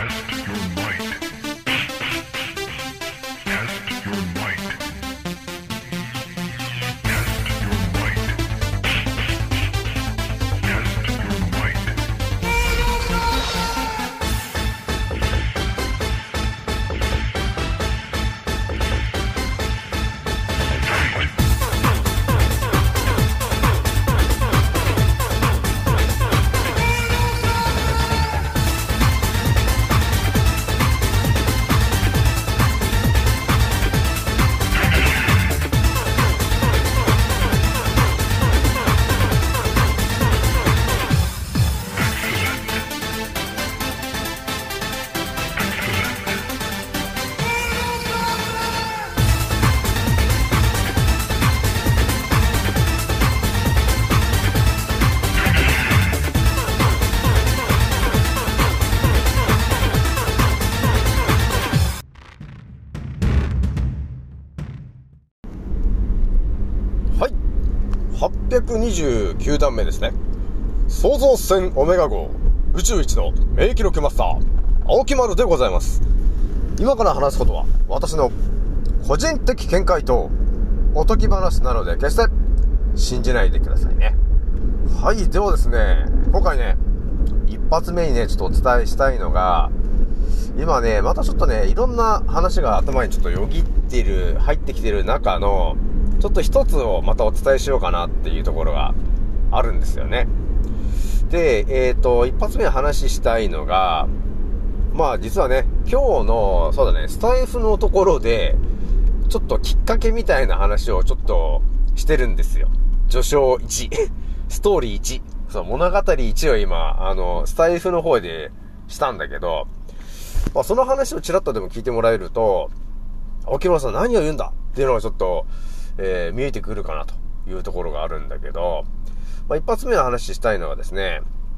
829段目ですね。創造船オメガ号宇宙一の名記録マスター青木丸でございます。今から話すことは私の個人的見解とおとぎ話なので決して信じないでくださいね。はい、ではですね、今回ね一発目にねちょっとお伝えしたいのが、今ねまたちょっとねいろんな話が頭にちょっとよぎっている入ってきている中のちょっと一つをまたお伝えしようかなっていうところがあるんですよね。で、一発目話したいのが、まあ実はね、今日の、そうだね、スタイフのところで、ちょっときっかけみたいな話をちょっとしてるんですよ。序章1、ストーリー1、そう、物語1を今、スタイフの方でしたんだけど、まあその話をちらっとでも聞いてもらえると、青木村さん何を言うんだっていうのがちょっと、見えてくるかなというところがあるんだけど、まあ、一発目の話したいのはですね、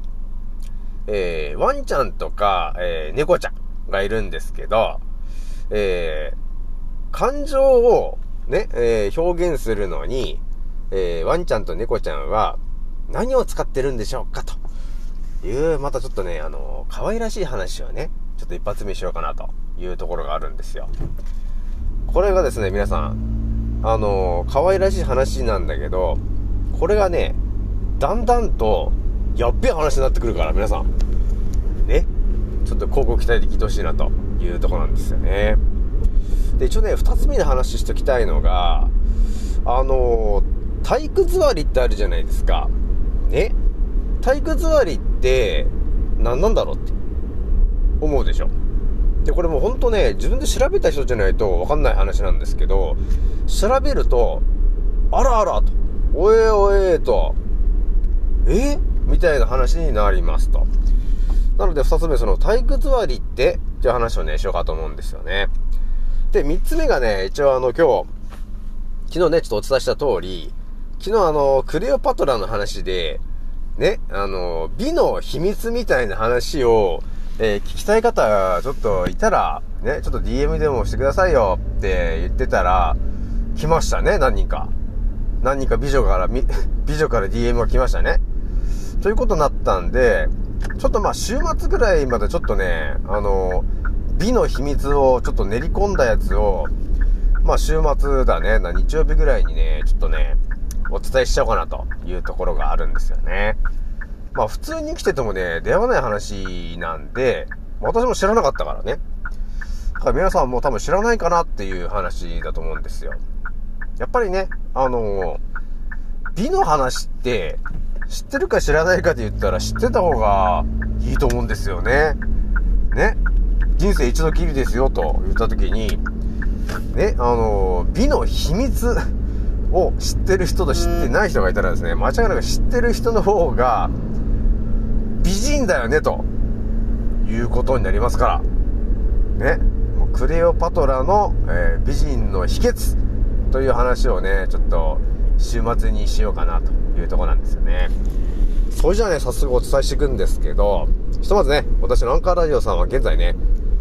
ワンちゃんとか、猫ちゃんがいるんですけど、感情をね、表現するのに、ワンちゃんと猫ちゃんは何を使ってるんでしょうかという、またちょっとね、可愛らしい話をね、ちょっと一発目しようかなというところがあるんですよ。これがですね、皆さん、可愛らしい話なんだけど、これがね、だんだんと、やっべえ話になってくるから、皆さん。ね。ちょっと広告期待で聞いてほしいな、というところなんですよね。で、一応ね、二つ目の話しときたいのが、体育座りってあるじゃないですか。ね。体育座りって、何なんだろうって思うでしょ。で、これもうほんとね、自分で調べた人じゃないと分かんない話なんですけど、調べると、あらあらと、おえおえと、みたいな話になりますと。なので二つ目、その体育座りっていう話をね、しようかと思うんですよね。で、三つ目がね、一応昨日ね、ちょっとお伝えした通り、昨日クレオパトラの話で、ね、美の秘密みたいな話を、聞きたい方ちょっといたらね、ちょっと DM でもしてくださいよって言ってたら来ましたね。何人か美女から DM が来ましたね。ということになったんで、ちょっとまあ週末ぐらいまでちょっとね、美の秘密をちょっと練り込んだやつを、まあ週末だね、日曜日ぐらいにね、ちょっとねお伝えしちゃおうかなというところがあるんですよね。まあ普通に生きててもね、出会わない話なんで、私も知らなかったからね。だから皆さんも多分知らないかなっていう話だと思うんですよ。やっぱりね、美の話って知ってるか知らないかで言ったら知ってた方がいいと思うんですよね。ね。人生一度きりですよと言った時に、ね、美の秘密を知ってる人と知ってない人がいたらですね、間違いなく知ってる人の方が美人だよねということになりますからね。もうクレオパトラの、美人の秘訣という話をね、ちょっと週末にしようかなというところなんですよね。それじゃあね、早速お伝えしていくんですけど、ひとまずね、私のアンカーラジオさんは現在ね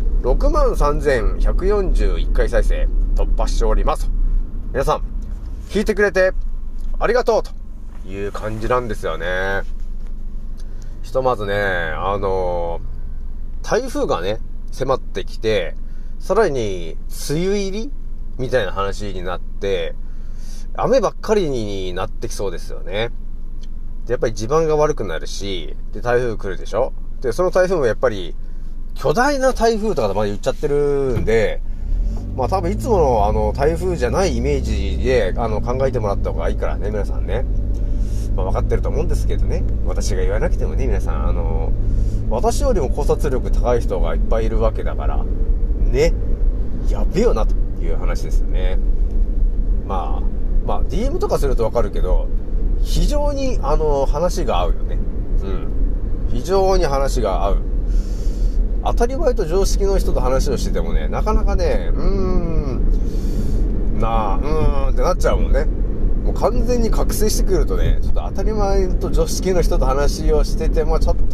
63,141 回再生突破しております。皆さん聞いてくれてありがとうという感じなんですよね。ひとまずね、台風がね、 迫ってきて、さらに梅雨入りみたいな話になって、雨ばっかりになってきそうですよね。で、やっぱり地盤が悪くなるし、で、台風来るでしょ。で、その台風もやっぱり、巨大な台風とかまで言っちゃってるんで、まあ多分いつもの台風じゃないイメージで、考えてもらった方がいいからね、皆さんね。まあ分かってると思うんですけどね。私が言わなくてもね、皆さん、私よりも考察力高い人がいっぱいいるわけだから、ね。やべえよな、という話ですよね。まあ、DM とかすると分かるけど、非常に、話が合うよね。うん。非常に話が合う。当たり前と常識の人と話をしててもね、なかなかね、ってなっちゃうもんね。もう完全に覚醒してくるとね、ちょっと当たり前と常識の人と話をしてても、ちょっ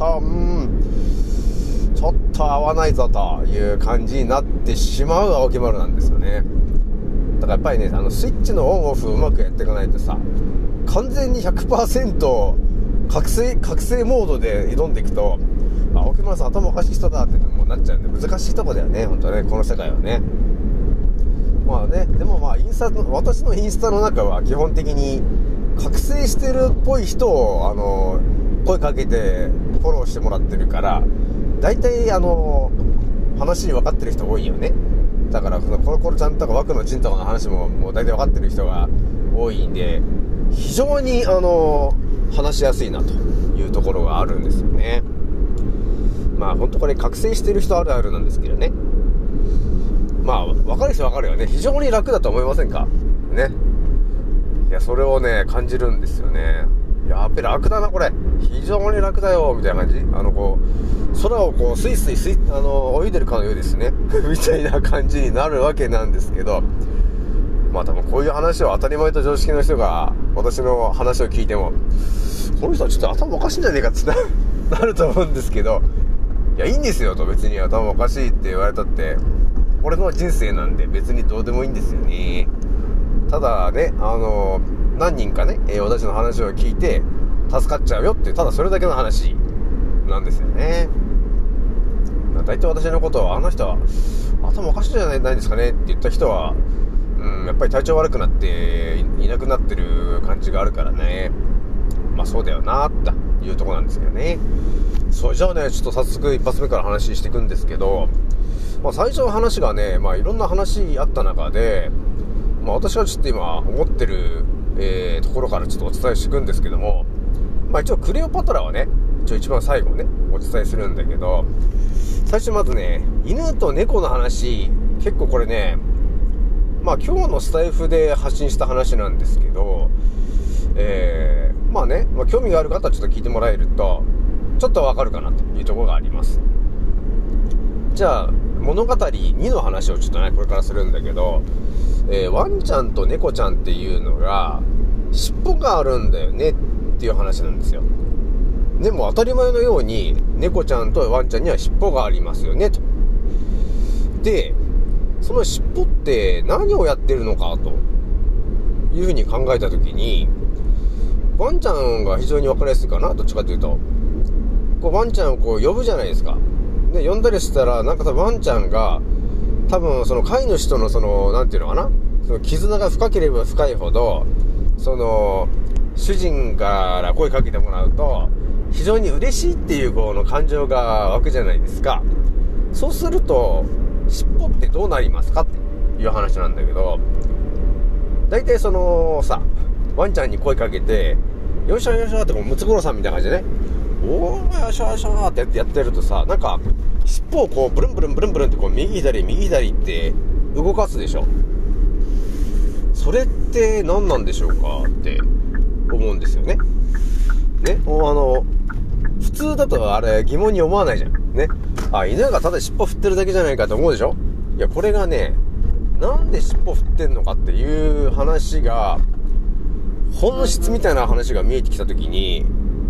と合わないぞという感じになってしまう青木丸なんですよね。だからやっぱりね、スイッチのオンオフをうまくやっていかないとさ、完全に 100% 覚醒モードで挑んでいくと、青木村さん頭おかしい人だってもうなっちゃうんで、難しいとこだよね、本当ね、この世界はね。まあね、でもまあ私のインスタの中は基本的に覚醒してるっぽい人を声かけてフォローしてもらってるから、大体話分かってる人多いよね。だからコロコロちゃんとか枠のちんとかの話ももう大体分かってる人が多いんで、非常に話しやすいなというところがあるんですよね。まあ本当これ覚醒してる人あるあるなんですけどね。まあ分かる人分かるよね。非常に楽だと思いませんかね。いや、それをね感じるんですよね。やっぱり楽だなこれ、非常に楽だよみたいな感じ。空をこうスイスイ泳いでるかのようですねみたいな感じになるわけなんですけど、まあ多分こういう話を当たり前と常識の人が私の話を聞いても、この人はちょっと頭おかしいんじゃねえかってなると思うんですけど、いやいいんですよと、別に頭おかしいって言われたって俺の人生なんで別にどうでもいいんですよね。ただね、何人かね、私の話を聞いて助かっちゃうよって、ただそれだけの話なんですよね。大体私のことを、あの人は頭おかしいじゃないですかねって言った人は、やっぱり体調悪くなっていなくなってる感じがあるからね。まあそうだよなっていうところなんですけどね。そう、じゃあね、ちょっと早速一発目から話していくんですけど、まあ最初の話がね、まあいろんな話あった中で、まあ私はちょっと今思ってる、ところからちょっとお伝えしていくんですけども、まあ一応クレオパトラはね、一番最後ねお伝えするんだけど、最初まずね、犬と猫の話、結構これね、まあ今日のスタイフで発信した話なんですけど、まあね、興味がある方はちょっと聞いてもらえるとちょっとわかるかなというところがあります。じゃあ物語2の話をちょっとねこれからするんだけど、ワンちゃんと猫ちゃんっていうのが尻尾があるんだよねっていう話なんですよ。でも当たり前のように猫ちゃんとワンちゃんには尻尾がありますよねと。で、その尻尾って何をやってるのかというふうに考えたときに、ワンちゃんが非常に分かりやすいかな。どっちかというと、こうワンちゃんをこう呼ぶじゃないですか。で呼んだりしたら、なんか多分ワンちゃんが多分その飼い主とのそのなんていうのかな、その絆が深ければ深いほど、その主人から声かけてもらうと非常に嬉しいっていうこの感情が湧くじゃないですか。そうすると尻尾ってどうなりますかっていう話なんだけど、大体そのさ、ワンちゃんに声かけてよいしょよいしょってこうムツゴロウさんみたいな感じでね、おーよいしょよいしょってやってるとさ、なんか尻尾をこうブルンブルンブルンブルンってこう右左右左って動かすでしょ。それって何なんでしょうかって思うんですよね。ね、普通だとあれ疑問に思わないじゃんね。あ、犬がただ尻尾振ってるだけじゃないかと思うでしょ。いや、これがね、なんで尻尾振ってんのかっていう話が、本質みたいな話が見えてきたときに、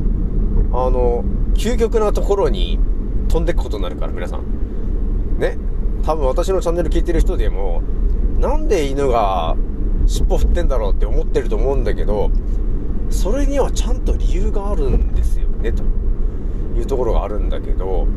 究極なところに飛んでいくことになるから、皆さんね、多分私のチャンネル聞いてる人でも、なんで犬が尻尾振ってんだろうって思ってると思うんだけど、それにはちゃんと理由があるんですよねというところがあるんだけど、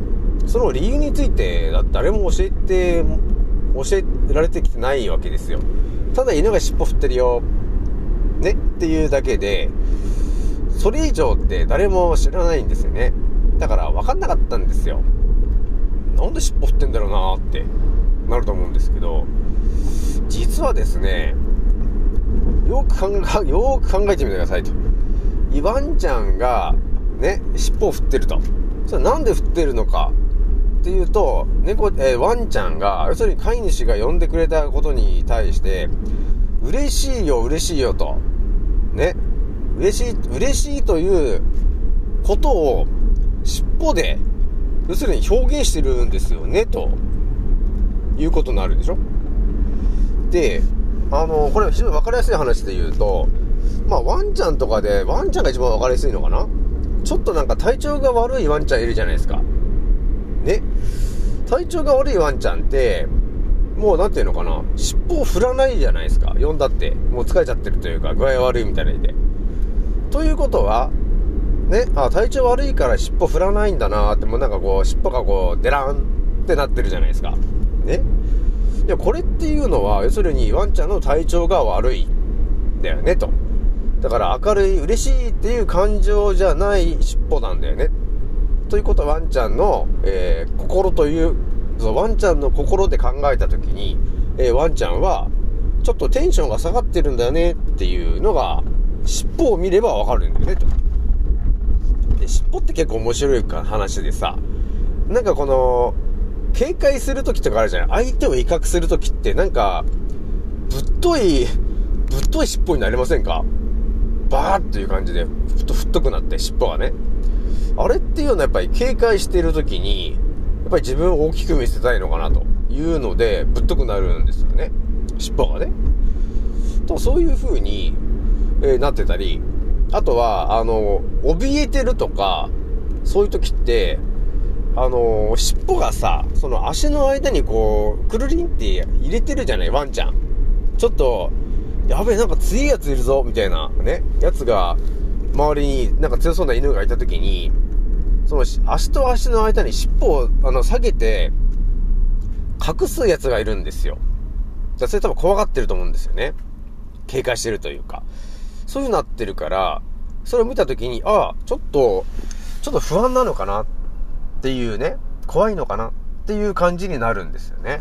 その理由について誰も教えられてきてないわけですよ。ただ犬が尻尾振ってるよねっていうだけで、それ以上って誰も知らないんですよね。だから分かんなかったんですよ。なんで尻尾振ってんだろうなってなると思うんですけど、実はですね、よく考えてみてくださいと。ワンちゃんがね、尻尾を振ってると。それなんで振ってるのかっていうと、ワンちゃんが、要するに飼い主が呼んでくれたことに対して、嬉しいよと。ね。嬉しいということを尻尾で、要するに表現してるんですよね、ということになるでしょ。で、これ非常に分かりやすい話で言うと、ワンちゃんとかで、ワンちゃんが一番分かりやすいのかな。ちょっとなんか体調が悪いワンちゃんいるじゃないですか。ね。体調が悪いワンちゃんって、もうなんていうのかな、尻尾を振らないじゃないですか。呼んだって。もう疲れちゃってるというか、具合悪いみたいなので。ということは、ね、体調悪いから尻尾振らないんだなーって、もうなんかこう、尻尾がこう、デランってなってるじゃないですか。ね。いや、これっていうのは、要するにワンちゃんの体調が悪いんだよね、と。だから明るい、嬉しいっていう感情じゃない尻尾なんだよね。ということはワンちゃんの、心という、ワンちゃんの心で考えたときに、ワンちゃんはちょっとテンションが下がってるんだよねっていうのが尻尾を見ればわかるんだよねと。で、尻尾って結構面白い話でさ、なんかこの警戒するときとかあるじゃない。相手を威嚇するときってなんかぶっとい尻尾になりませんか？バーっていう感じで太くなって尻尾がね。あれっていうのはやっぱり警戒している時にやっぱり自分を大きく見せたいのかなというのでぶっとくなるんですよね、尻尾がね。とそういう風に、なってたり、あとは怯えてるとかそういう時って尻尾がさ、その足の間にこうくるりんって入れてるじゃない、ワンちゃん。ちょっとやべえ、なんか強いやついるぞみたいなね、やつが周りになんか強そうな犬がいた時に、その足と足の間に尻尾を下げて隠すやつがいるんですよ。じゃあそれ多分怖がってると思うんですよね。警戒してるというか、そういうなってるから、それを見た時にちょっと不安なのかなっていうね、怖いのかなっていう感じになるんですよね。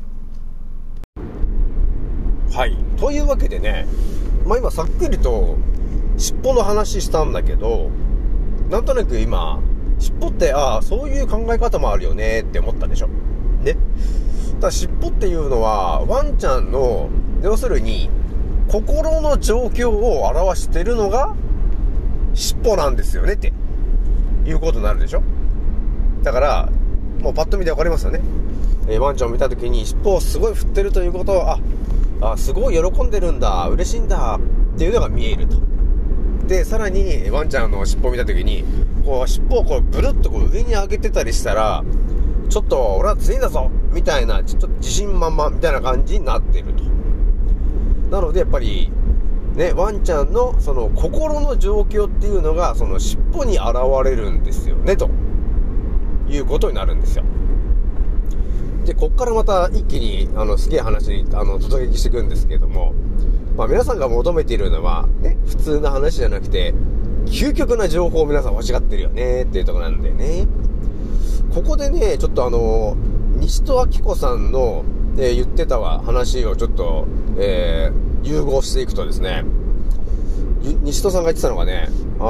はい。というわけでね、今さっくりと尻尾の話したんだけど、なんとなく今尻尾ってそういう考え方もあるよねって思ったでしょね。だから尻尾っていうのはワンちゃんの要するに心の状況を表してるのが尻尾なんですよねっていうことになるでしょ。だからもうパッと見てわかりますよね。ワンちゃんを見た時に尻尾をすごい振ってるということは、すごい喜んでるんだ、嬉しいんだっていうのが見えると。で、さらにワンちゃんの尻尾を見た時にこう尻尾をこうブルッとこう上に上げてたりしたら、ちょっと俺は強いんだぞみたいな、ちょっと自信満々みたいな感じになってると。なのでやっぱりね、ワンちゃんのその心の状況っていうのがその尻尾に現れるんですよねということになるんですよ。で、こっからまた一気にすげえ話に突撃していくんですけれども、皆さんが求めているのはね、普通の話じゃなくて究極な情報を皆さん欲しがってるよねっていうところなんだよね。ここでね、ちょっと西戸明子さんの、言ってた話をちょっと、融合していくとですね、西戸さんが言ってたのがね、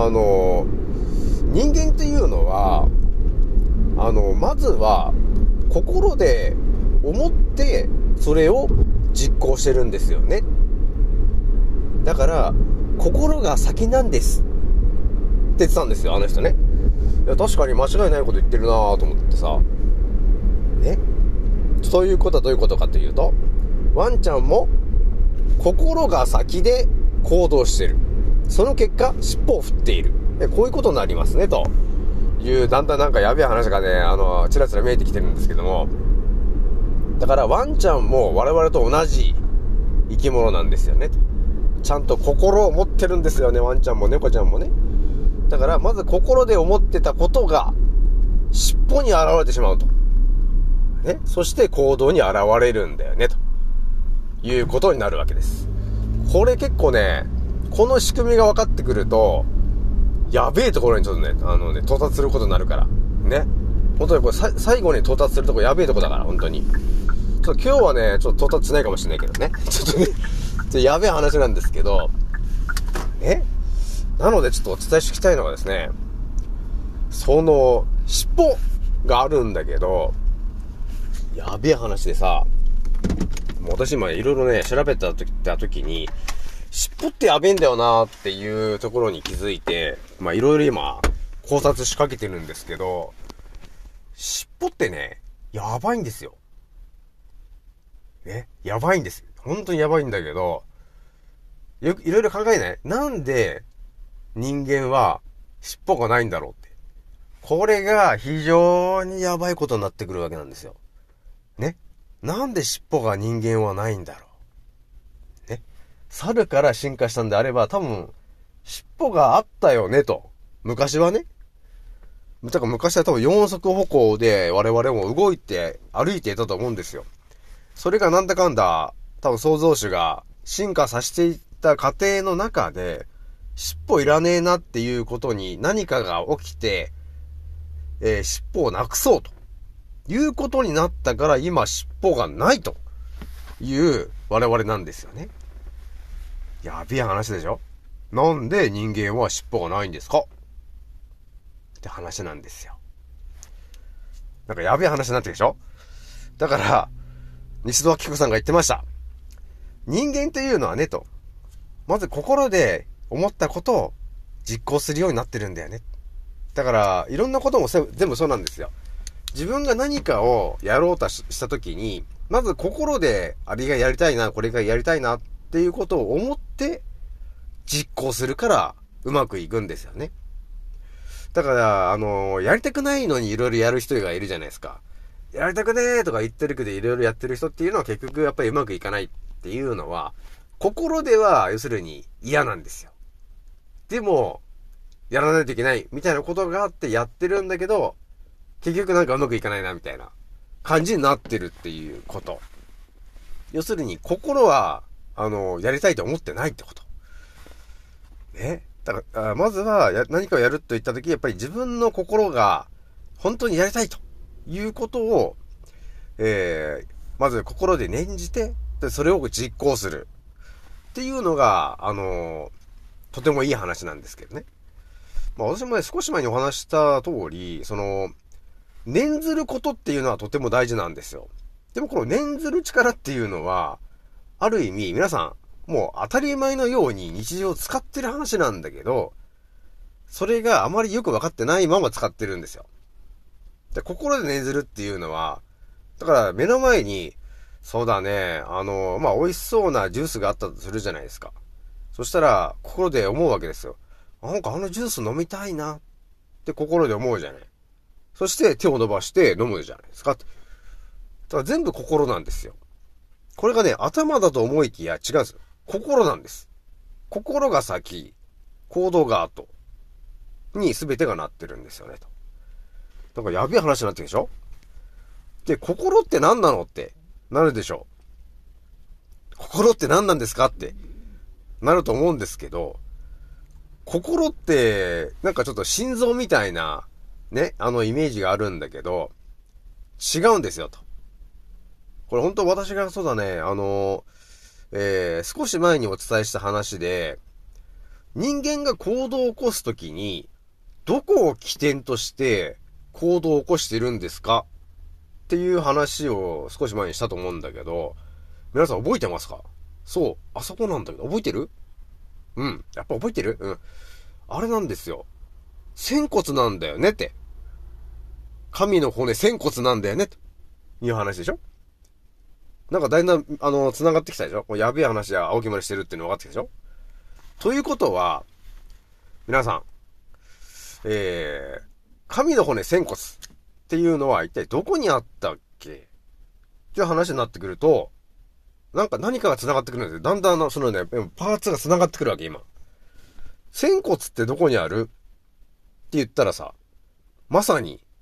人間っていうのはまずは心で思ってそれを実行してるんですよね。だから心が先なんですって言ってたんですよ、あの人ね。いや、確かに間違いないこと言ってるなぁと思ってさね。そういうことはどういうことかというと、ワンちゃんも心が先で行動してる、その結果尻尾を振っている、こういうことになりますねという、だんだんなんかやべえ話がねちらちら見えてきてるんですけども、だからワンちゃんも我々と同じ生き物なんですよね。ちゃんと心を持ってるんですよね、ワンちゃんも猫ちゃんもね。だからまず心で思ってたことが尻尾に現れてしまうと。ね。そして行動に現れるんだよね、ということになるわけです。これ結構ね、この仕組みが分かってくると、やべえところにちょっとね、到達することになるから。ね。本当にこれ最後に到達するとこやべえとこだから、本当に。ちょっと今日はね、ちょっと到達しないかもしれないけどね。ちょっとね、やべえ話なんですけど、ね。なのでちょっとお伝えしておきたいのがですね、その、尻尾があるんだけど、やべえ話でさ、もう私今いろいろね、調べた時に、尻尾ってやべえんだよなっていうところに気づいて、まあいろいろ今、考察しかけてるんですけど、尻尾ってね、やばいんですよ。ね、やばいんです。本当にやばいんだけど、いろいろ考えない？なんで人間は尻尾がないんだろうって。これが非常にやばいことになってくるわけなんですよ。ね。なんで尻尾が人間はないんだろう。ね。猿から進化したんであれば多分尻尾があったよねと。昔はね。だから昔は多分四足歩行で我々も歩いていたと思うんですよ。それがなんだかんだ多分創造主が進化させていった過程の中で尻尾いらねえなっていうことに何かが起きて、尻尾をなくそうということになったから今尻尾がないという我々なんですよね。やべえ話でしょ。なんで人間は尻尾がないんですかって話なんですよ。なんかやべえ話になってるでしょ。だから西戸明子さんが言ってました。人間というのはねと、まず心で思ったことを実行するようになってるんだよね。だからいろんなことも全部そうなんですよ。自分が何かをやろうとしたときに、まず心であれがやりたいな、これがやりたいなっていうことを思って実行するからうまくいくんですよね。だからやりたくないのにいろいろやる人がいるじゃないですか。やりたくねーとか言ってるけどいろいろやってる人っていうのは結局やっぱりうまくいかないっていうのは、心では要するに嫌なんですよ。でも、やらないといけないみたいなことがあってやってるんだけど、結局なんかうまくいかないなみたいな感じになってるっていうこと。要するに心は、やりたいと思ってないってこと。ね。だから、まずは何かをやると言ったとき、やっぱり自分の心が本当にやりたいということを、まず心で念じて、でそれを実行するっていうのが、とてもいい話なんですけどね。まあ私もね、少し前にお話した通り、念ずることっていうのはとても大事なんですよ。でもこの念ずる力っていうのは、ある意味皆さん、もう当たり前のように日常使ってる話なんだけど、それがあまりよくわかってないまま使ってるんですよ。で、心で念ずるっていうのは、だから目の前に、そうだね、まあ、美味しそうなジュースがあったとするじゃないですか。そしたら、心で思うわけですよ。なんかジュース飲みたいなって心で思うじゃない。そして手を伸ばして飲むじゃないですか。だから全部心なんですよ。これがね、頭だと思いきや違うんですよ。心なんです。心が先、行動が後に全てがなってるんですよね、と。なんかやべえ話になってるでしょ。で、心って何なのってなるでしょう。心って何なんですかってなると思うんですけど、心ってなんかちょっと心臓みたいなね、イメージがあるんだけど、違うんですよと。これ本当私がそうだね、少し前にお伝えした話で、人間が行動を起こすときに、どこを起点として行動を起こしてるんですかっていう話を少し前にしたと思うんだけど、皆さん覚えてますか？そう、あそこなんだけど、覚えてる？うん、やっぱ覚えてる？うん。あれなんですよ。仙骨なんだよねって。神の骨、仙骨なんだよねという話でしょ。なんかだんだん、繋がってきたでしょ。もうやべえ話や青木までしてるっていうの分かってきたでしょ。ということは、皆さん、神の骨、仙骨っていうのは一体どこにあったっけっていう話になってくると、なんか何かが繋がってくるんですよ。だんだんそのね、パーツが繋がってくるわけ、今。仙骨ってどこにあるって言ったらさ、まさに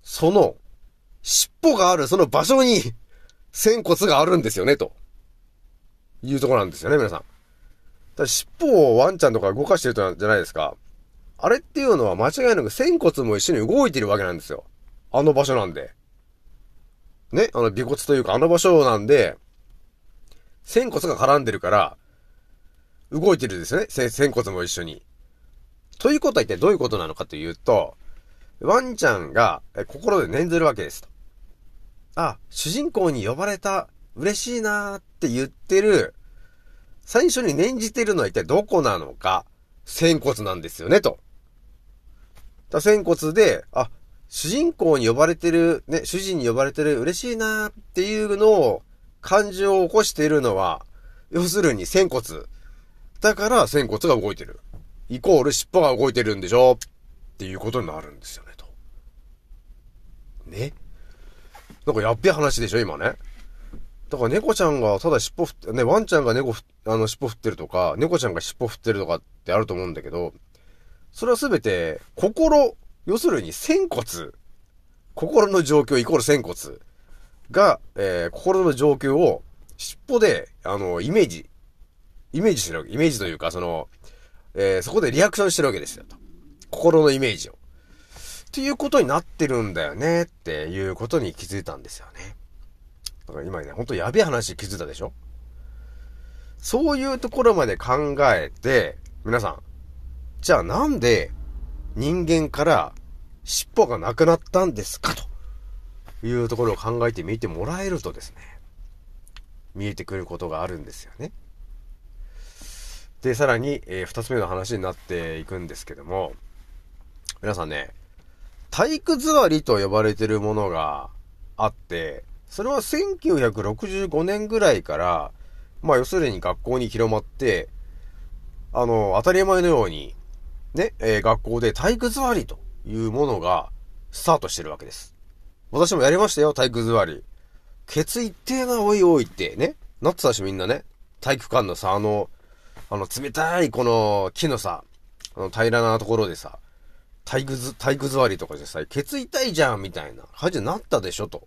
その、尻尾があるその場所に、仙骨があるんですよね、というところなんですよね、皆さん。だから尻尾をワンちゃんとか動かしてるじゃないですか。あれっていうのは間違いなく仙骨も一緒に動いてるわけなんですよ。あの場所なんで。ね、尾骨というかあの場所なんで、仙骨が絡んでるから、動いてるんですよね、仙骨も一緒に。ということは一体どういうことなのかというと、ワンちゃんが心で念ずるわけですと。あ、主人公に呼ばれた、嬉しいなーって言ってる、最初に念じてるのは一体どこなのか、仙骨なんですよね、と。仙骨で、あ、主人公に呼ばれてる、ね、主人に呼ばれてる、嬉しいなーっていうのを、感情を起こしているのは、要するに仙骨。だから仙骨が動いてる。イコール尻尾が動いてるんでしょっていうことになるんですよね、と。ね。なんかやっべえ話でしょ、今ね。だから猫ちゃんがただ尻尾振って、ね、ワンちゃんが尻尾振ってるとか、猫ちゃんが尻尾振ってるとかってあると思うんだけど、それはすべて、要するに仙骨。心の状況イコール仙骨が、心の状況を尻尾で、イメージしてるわけ。イメージというか、そこでリアクションしてるわけですよ、と。心のイメージを。っていうことになってるんだよね、っていうことに気づいたんですよね。だから今ね、ほんとやべえ話気づいたでしょ？そういうところまで考えて、皆さん、じゃあなんで人間から尻尾がなくなったんですかというところを考えてみてもらえるとですね、見えてくることがあるんですよね。で、さらに、二つ目の話になっていくんですけども、皆さんね、体育座りと呼ばれてるものがあって、それは1965年ぐらいから、まあ要するに学校に広まって、当たり前のように、ね、学校で体育座りというものがスタートしてるわけです。私もやりましたよ、体育座り。ケツいってえな、おいおいってね、なってたしみんなね、体育館のさ、冷たいこの木のさ、平らなところでさ、体育座りとかでさ、ケツ痛いじゃんみたいな感じになったでしょと。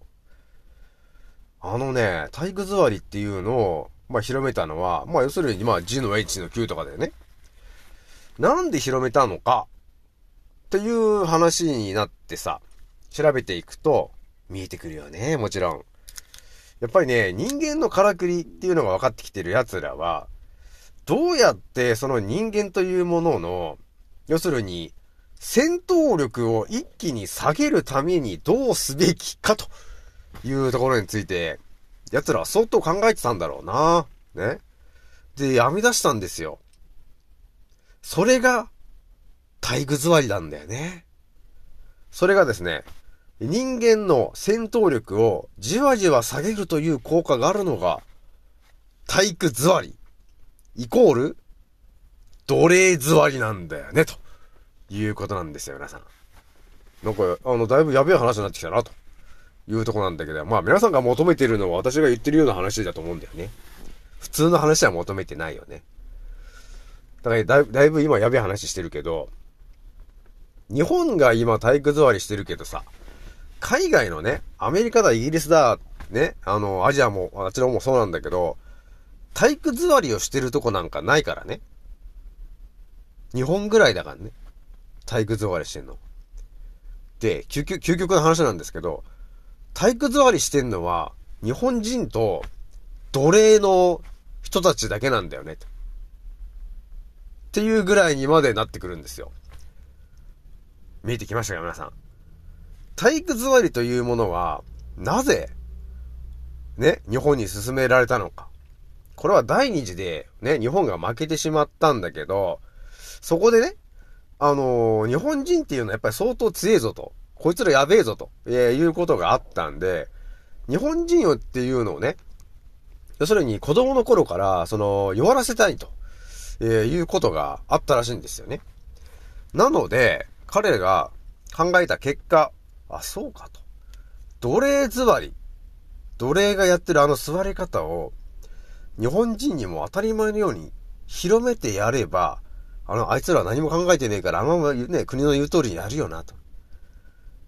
体育座りっていうのを、まあ、広めたのは、まあ、要するに、まあ、G の H の Q とかだよね。なんで広めたのかっていう話になってさ、調べていくと、見えてくるよね、もちろん。やっぱりね、人間のからくりっていうのが分かってきてる奴らは、どうやってその人間というものの、要するに、戦闘力を一気に下げるためにどうすべきかというところについて、奴らは相当考えてたんだろうな。ね。で、編み出したんですよ。それが、体育座りなんだよね。それがですね、人間の戦闘力をじわじわ下げるという効果があるのが、体育座り、イコール、奴隷座りなんだよね、ということなんですよ、皆さん。なんか、だいぶやべえ話になってきたな、というとこなんだけど、まあ皆さんが求めているのは私が言ってるような話だと思うんだよね。普通の話は求めてないよね。だからだいぶ今やべえ話してるけど、日本が今体育座りしてるけどさ、海外のね、アメリカだ、イギリスだ、ね、アジアも、あちらもそうなんだけど、体育座りをしてるとこなんかないからね。日本ぐらいだからね。体育座りしてんの。で、究極の話なんですけど、体育座りしてんのは、日本人と奴隷の人たちだけなんだよね。っていうぐらいにまでなってくるんですよ。見えてきましたか、皆さん。体育座りというものは、なぜ、ね、日本に進められたのか。これは第二次で、ね、日本が負けてしまったんだけど、そこでね、日本人っていうのはやっぱり相当強えぞと。こいつらやべえぞと、いうことがあったんで、日本人っていうのをね、要するに子供の頃から、弱らせたいと、いうことがあったらしいんですよね。なので、彼が考えた結果、あ、そうかと。奴隷座り。奴隷がやってる座り方を、日本人にも当たり前のように広めてやれば、あいつらは何も考えてねえから、ね、国の言う通りにやるよな、と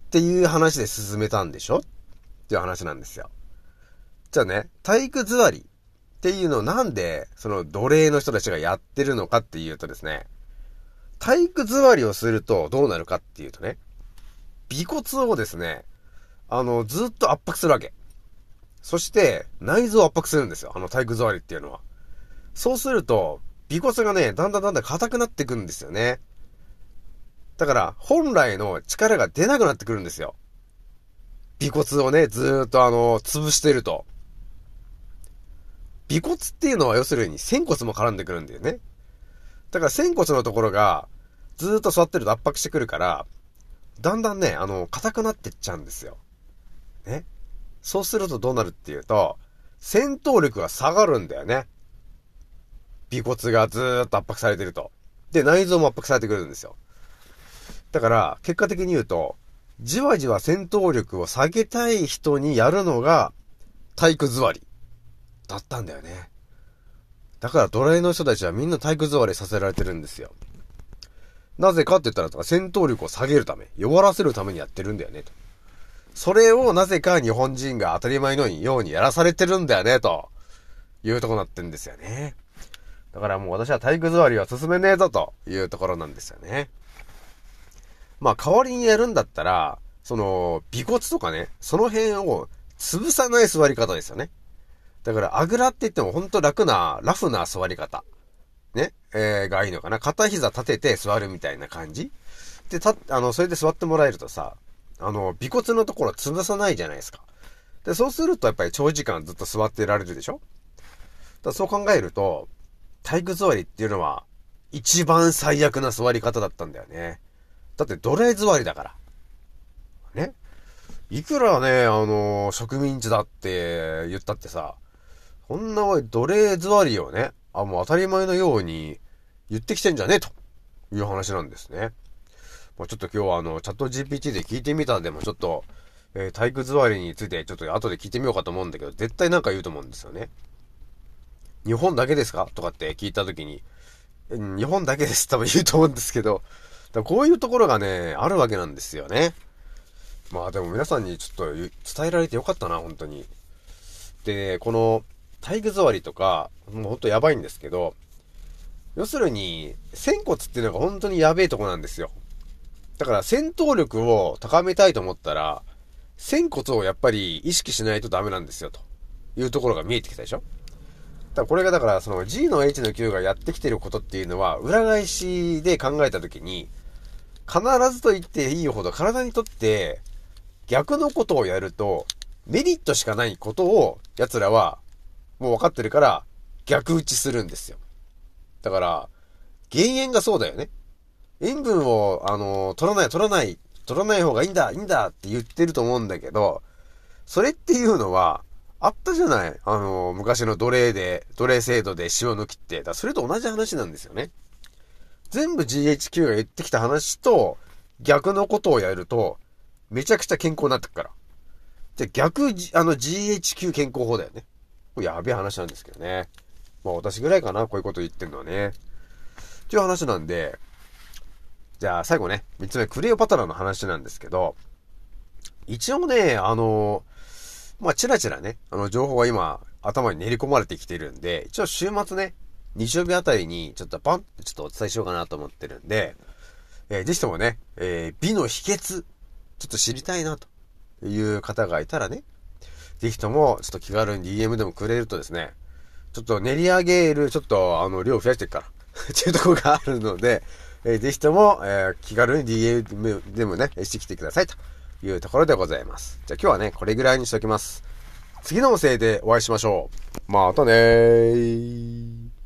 っていう話で進めたんでしょっていう話なんですよ。じゃあね、体育座りっていうのをなんで、その奴隷の人たちがやってるのかっていうとですね、体育座りをするとどうなるかっていうとね、尾骨をですね、ずっと圧迫するわけ。そして、内臓を圧迫するんですよ。体育座りっていうのは。そうすると、尾骨がね、だんだん硬くなってくるんですよね。だから、本来の力が出なくなってくるんですよ。尾骨をね、ずーっと潰してると。尾骨っていうのは要するに仙骨も絡んでくるんだよね。だから仙骨のところが、ずーっと座ってると圧迫してくるから、だんだんね、硬くなってっちゃうんですよ。ね。そうするとどうなるっていうと、戦闘力が下がるんだよね。尾骨がずーっと圧迫されてると。で、内臓も圧迫されてくるんですよ。だから、結果的に言うと、じわじわ戦闘力を下げたい人にやるのが、体育座り。だったんだよね。だから奴隷の人たちはみんな体育座りさせられてるんですよ。なぜかって言ったら、戦闘力を下げるため、弱らせるためにやってるんだよね、と。それをなぜか日本人が当たり前のようにやらされてるんだよね、というところになってるんですよね。だからもう私は体育座りは進めねえぞ、というところなんですよね。まあ代わりにやるんだったら、尾骨とかね、その辺を潰さない座り方ですよね。だからあぐらって言ってもほんとラフな座り方。ね、がいいのかな。片膝立てて座るみたいな感じで、それで座ってもらえるとさ、尾骨のところ潰さないじゃないですか。で、そうするとやっぱり長時間ずっと座ってられるでしょ。だそう考えると、体育座りっていうのは、一番最悪な座り方だったんだよね。だって奴隷座りだから。ね。いくらね、植民地だって言ったってさ、こんな奴隷座りをね、もう当たり前のように言ってきてんじゃねえという話なんですね。ちょっと今日はチャット GPT で聞いてみたんでもちょっと、体育座りについてちょっと後で聞いてみようかと思うんだけど、絶対なんか言うと思うんですよね。日本だけですかとかって聞いたときに、日本だけです多分言うと思うんですけど、こういうところがね、あるわけなんですよね。まあでも皆さんにちょっと伝えられてよかったな、本当に。で、この体育座りとか、もうほんとやばいんですけど、要するに、仙骨っていうのが本当にやべえとこなんですよ。だから戦闘力を高めたいと思ったら、仙骨をやっぱり意識しないとダメなんですよ、というところが見えてきたでしょ。これがだからその G の H の Q がやってきてることっていうのは裏返しで考えたときに必ずと言っていいほど体にとって逆のことをやるとメリットしかないことを奴らはもう分かってるから逆打ちするんですよ。だから減塩がそうだよね。塩分を取らない方がいいんだって言ってると思うんだけど、それっていうのはあったじゃない。昔の奴隷制度で塩抜きって。それと同じ話なんですよね。全部 GHQ が言ってきた話と逆のことをやると、めちゃくちゃ健康になってくから。じゃ逆、GHQ 健康法だよね。これやべえ話なんですけどね。まあ私ぐらいかな、こういうこと言ってんのはね。っていう話なんで、じゃあ最後ね、3つ目、クレオパトラの話なんですけど、一応ね、まあ、チラチラね、情報が今、頭に練り込まれてきてるんで、一応週末ね、日曜日あたりに、ちょっとパンってちょっとお伝えしようかなと思ってるんで、ぜひともね、美の秘訣、ちょっと知りたいな、という方がいたらね、ぜひとも、ちょっと気軽に DM でもくれるとですね、ちょっと練り上げる、ちょっと、量を増やしていくから、っていうところがあるので、ぜひとも、気軽に DM でもね、してきてください、というところでございます。じゃあ今日はね、これぐらいにしておきます。次の音声でお会いしましょう。またねー。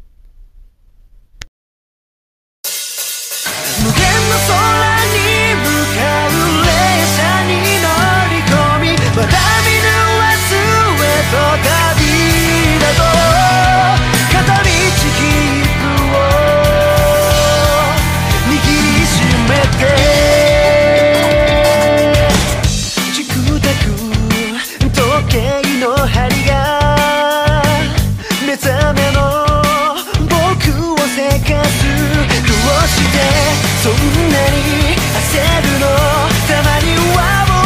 無限の空に向かう列車に乗り込み、まだ見ぬ明日へと旅だと片道切符を握りしめて時計の針が目覚めの僕をせかす。どうしてそんなに焦るの。たまには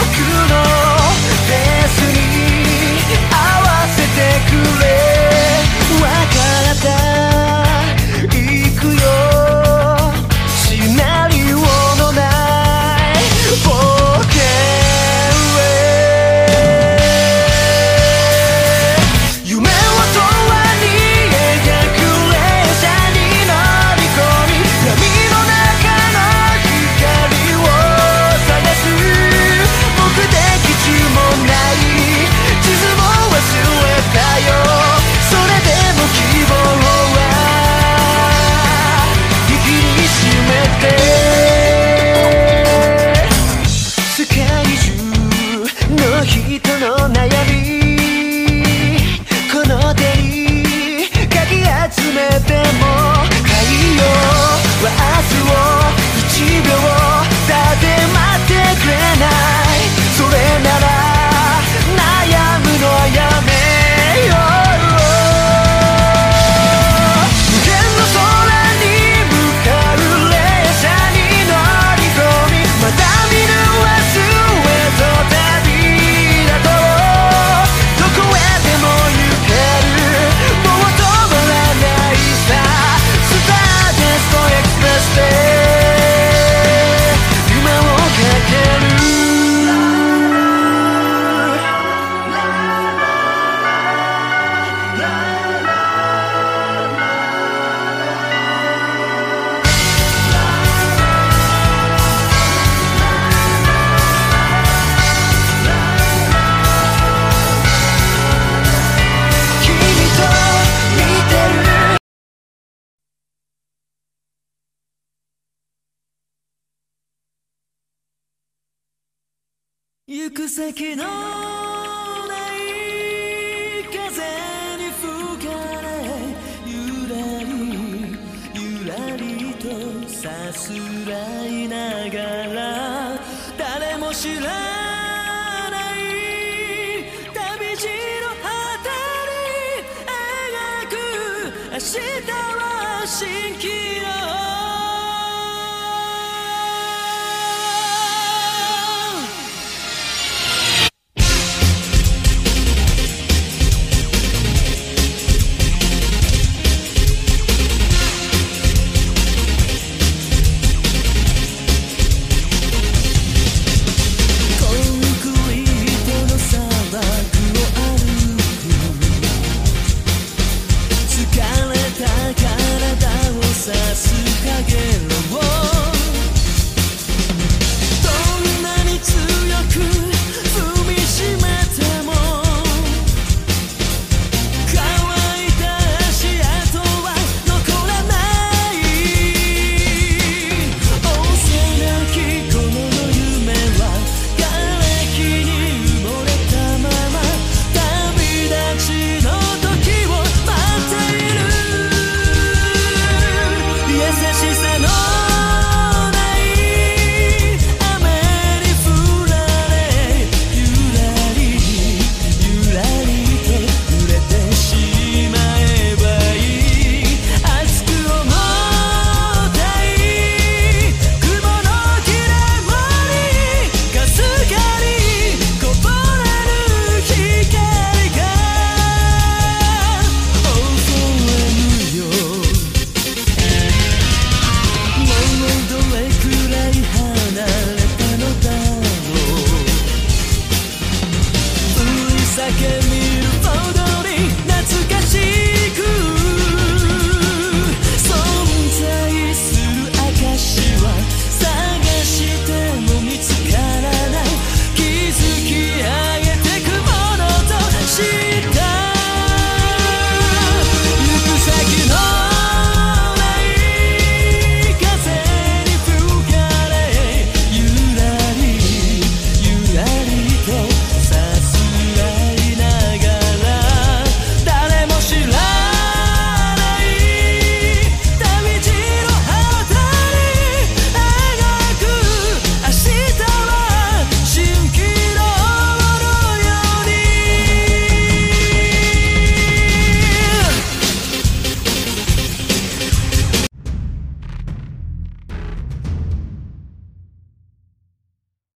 行く先のない風に吹かれ、ゆらりゆらりとさすらいながら、誰も知らない旅路の果てに描く明日は蜃気楼。